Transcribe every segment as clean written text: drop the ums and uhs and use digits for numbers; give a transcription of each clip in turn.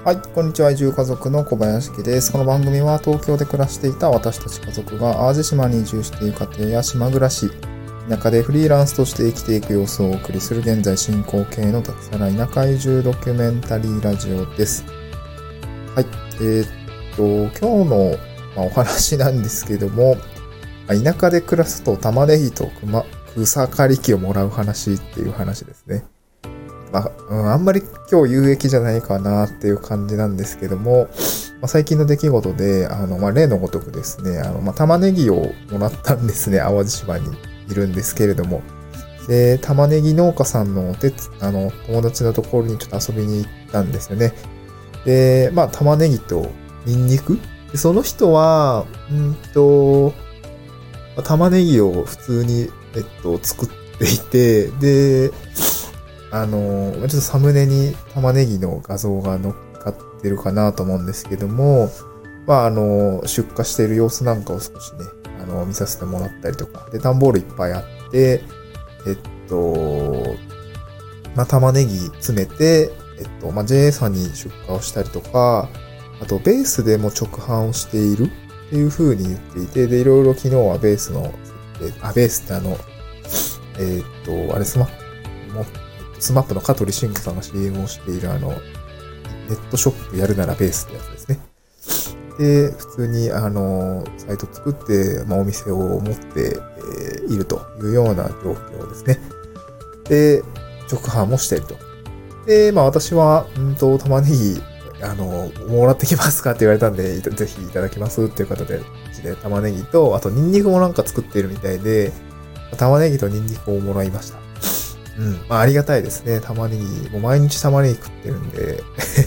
はい、こんにちは。移住家族の小林家です。この番組は東京で暮らしていた私たち家族が淡路島に移住している家庭や島暮らし、田舎でフリーランスとして生きていく様子をお送りする現在進行形の脱サラ田舎移住ドキュメンタリーラジオです。はい、今日の、お話なんですけども、田舎で暮らすと玉ねぎと草刈り機をもらう話っていう話ですね。あんまり今日有益じゃないかなっていう感じなんですけども、最近の出来事で、例のごとくですね、玉ねぎをもらったんですね。淡路島にいるんですけれども。で、玉ねぎ農家さんの友達のところにちょっと遊びに行ったんですよね。で、玉ねぎとニンニクで、その人は、玉ねぎを普通に、作っていて、で、ちょっとサムネに玉ねぎの画像が載っかってるかなと思うんですけども、出荷している様子なんかを少しね、見させてもらったりとか、で、段ボールいっぱいあって、玉ねぎ詰めて、JA さんに出荷をしたりとか、あと、ベースでも直販をしているっていう風に言っていて、で、いろいろ昨日はベースの、ベースってスマップの香取慎吾さんが CM をしているネットショップやるならベースってやつですね。で、普通にサイト作って、お店を持っているというような状況ですね。で、直販もしていると。で、私は、玉ねぎ、もらってきますかって言われたんで、ぜひいただきますっていう方で、玉ねぎと、あとニンニクもなんか作っているみたいで、玉ねぎとニンニクをもらいました。ありがたいですね。玉ねぎ。もう毎日玉ねぎ食ってるんで、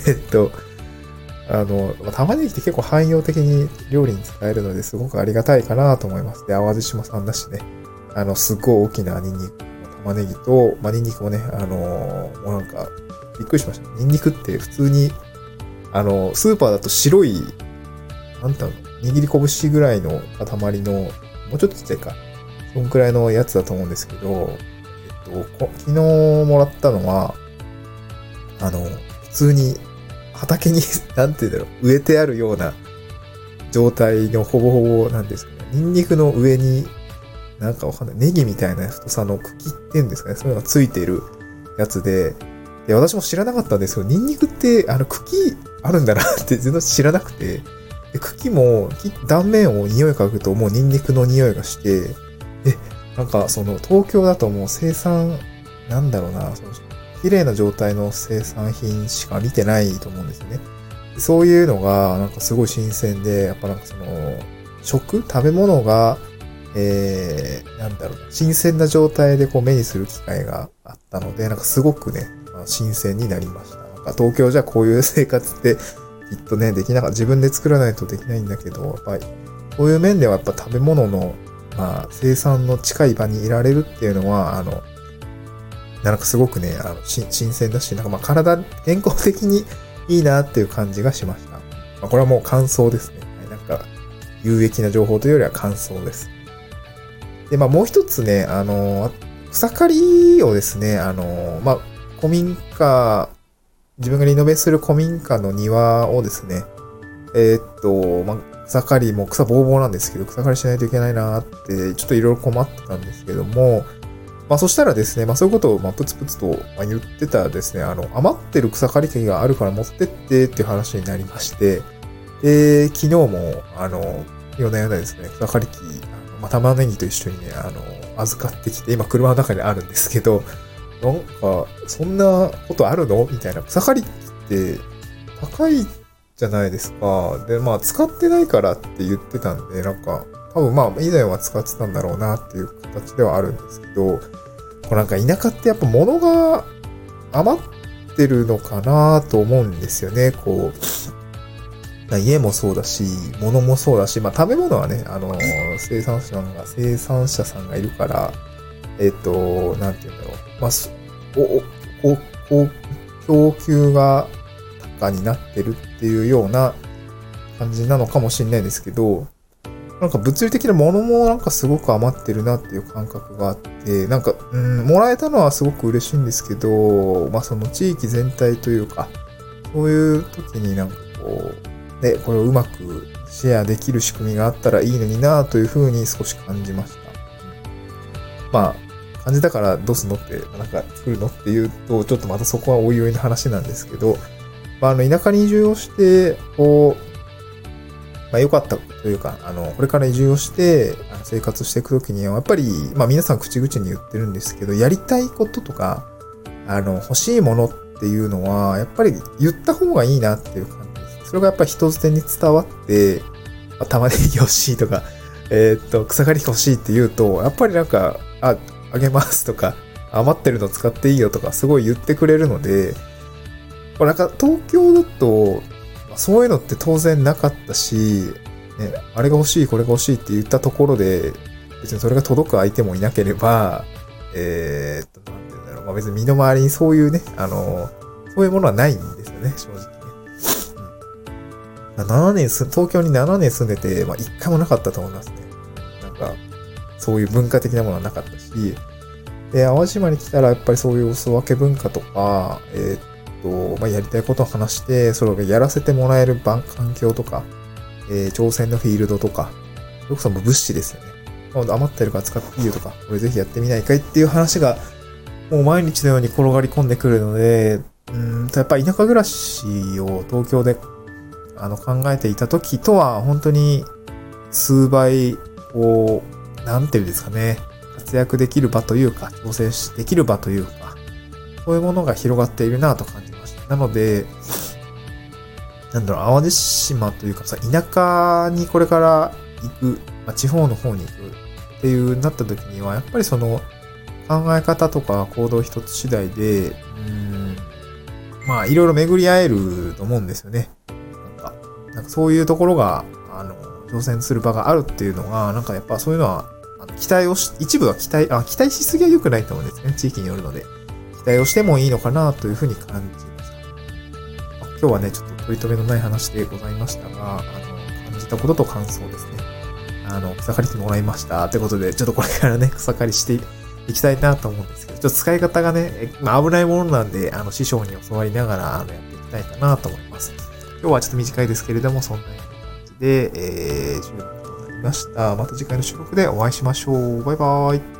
玉ねぎって結構汎用的に料理に使えるのですごくありがたいかなと思います。で、淡路島産だしね。すっごい大きなニンニク、玉ねぎと、ニンニクもね、もうなんか、びっくりしました。ニンニクって普通に、スーパーだと白い、握り拳ぐらいの塊の、もうちょっとちっちゃいか。そんくらいのやつだと思うんですけど、昨日もらったのは、普通に畑に、植えてあるような状態のほぼほぼなんですかね。ニンニクの上に、わかんない。ネギみたいな太さの茎っていうんですかね。そういうのがついているやつで、私も知らなかったんですけど、ニンニクって、茎あるんだなって全然知らなくて、で茎も、断面を匂い嗅ぐともうニンニクの匂いがして、東京だともう生産、綺麗な状態の生産品しか見てないと思うんですよね。そういうのが、すごい新鮮で、やっぱ食べ物が、新鮮な状態で目にする機会があったので、すごくね、新鮮になりました。東京じゃこういう生活って、きっとね、できなかった。自分で作らないとできないんだけど、やっぱり、こういう面ではやっぱ食べ物の、生産の近い場にいられるっていうのは、すごくね、新鮮だし、健康的にいいなっていう感じがしました。これはもう感想ですね。有益な情報というよりは感想です。で、もう一つね、草刈りをですね、古民家、自分がリノベする古民家の庭をですね、草刈りも草ぼうぼうなんですけど、草刈りしないといけないなーって、ちょっといろいろ困ってたんですけども、そしたらですね、そういうことを、プツプツと言ってたらですね、余ってる草刈り機があるから持ってってっていう話になりまして、で、昨日も、夜な夜なですね、草刈り機、玉ねぎと一緒にね、預かってきて、今車の中にあるんですけど、そんなことあるのみたいな。草刈り機って高いじゃないですか。で、使ってないからって言ってたんで、多分以前は使ってたんだろうなっていう形ではあるんですけど、田舎ってやっぱ物が余ってるのかなと思うんですよね。家もそうだし、物もそうだし、食べ物はね、生産者さんがいるから、供給が高になってるっていうような感じなのかもしれないですけど、物理的なものもすごく余ってるなっていう感覚があって、もらえたのはすごく嬉しいんですけど、その地域全体というか、 そういう時になんかこう、で、これをうまくシェアできる仕組みがあったらいいのになというふうに少し感じました。まあ、感じたからどうすんのって、なんか作るのっていうと、ちょっとまたそこはおいおいの話なんですけど、まあ、田舎に移住をして、こう、まあ良かったというか、これから移住をして、生活していくときには、やっぱり、まあ皆さん口々に言ってるんですけど、やりたいこととか、欲しいものっていうのは、やっぱり言った方がいいなっていう感じです。それがやっぱり人づてに伝わって、まあ、玉ねぎ欲しいとか、草刈り欲しいって言うと、やっぱりなんか、あげますとか、余ってるの使っていいよとか、すごい言ってくれるので、なんか東京だと、そういうのって当然なかったし、ね、あれが欲しい、これが欲しいって言ったところで、別にそれが届く相手もいなければ、なんて言うんだろう。まあ、別に身の回りにそういうね、そういうものはないんですよね、正直ね。東京に7年住んでて、まあ、1回もなかったと思いますね。なんか、そういう文化的なものはなかったし、で、淡路島に来たらやっぱりそういうお裾分け文化とか、まあ、やりたいことを話して、それをやらせてもらえる環境とか、挑戦のフィールドとか、それこそもう物資ですよね。余ってるから使っていいよとか、これぜひやってみないかいっていう話が、もう毎日のように転がり込んでくるので、やっぱり田舎暮らしを東京で、考えていた時とは、本当に数倍、こう、なんていうんですかね、活躍できる場というか、挑戦できる場というか、そういうものが広がっているなと感じました。なので、なんだろう、淡路島というかさ、田舎にこれから行く、まあ、地方の方に行くっていうなった時には、やっぱりその考え方とか行動一つ次第で、まあいろいろ巡り合えると思うんですよね。なんかそういうところが、挑戦する場があるっていうのが、なんかやっぱそういうのは、一部は期待しすぎは良くないと思うんですね。地域によるので。期待をしてもいいのかなというふうに感じました。今日はね、ちょっと取り留めのない話でございましたが、感じたことと感想ですね。草刈りしてもらいました。ということで、ちょっとこれからね、草刈りしていきたいなと思うんですけど、ちょっと使い方がね、まあ、危ないものなんで、師匠に教わりながら、やっていきたいかなと思います。今日はちょっと短いですけれども、そんなような感じで、収録となりました。また次回の収録でお会いしましょう。バイバーイ。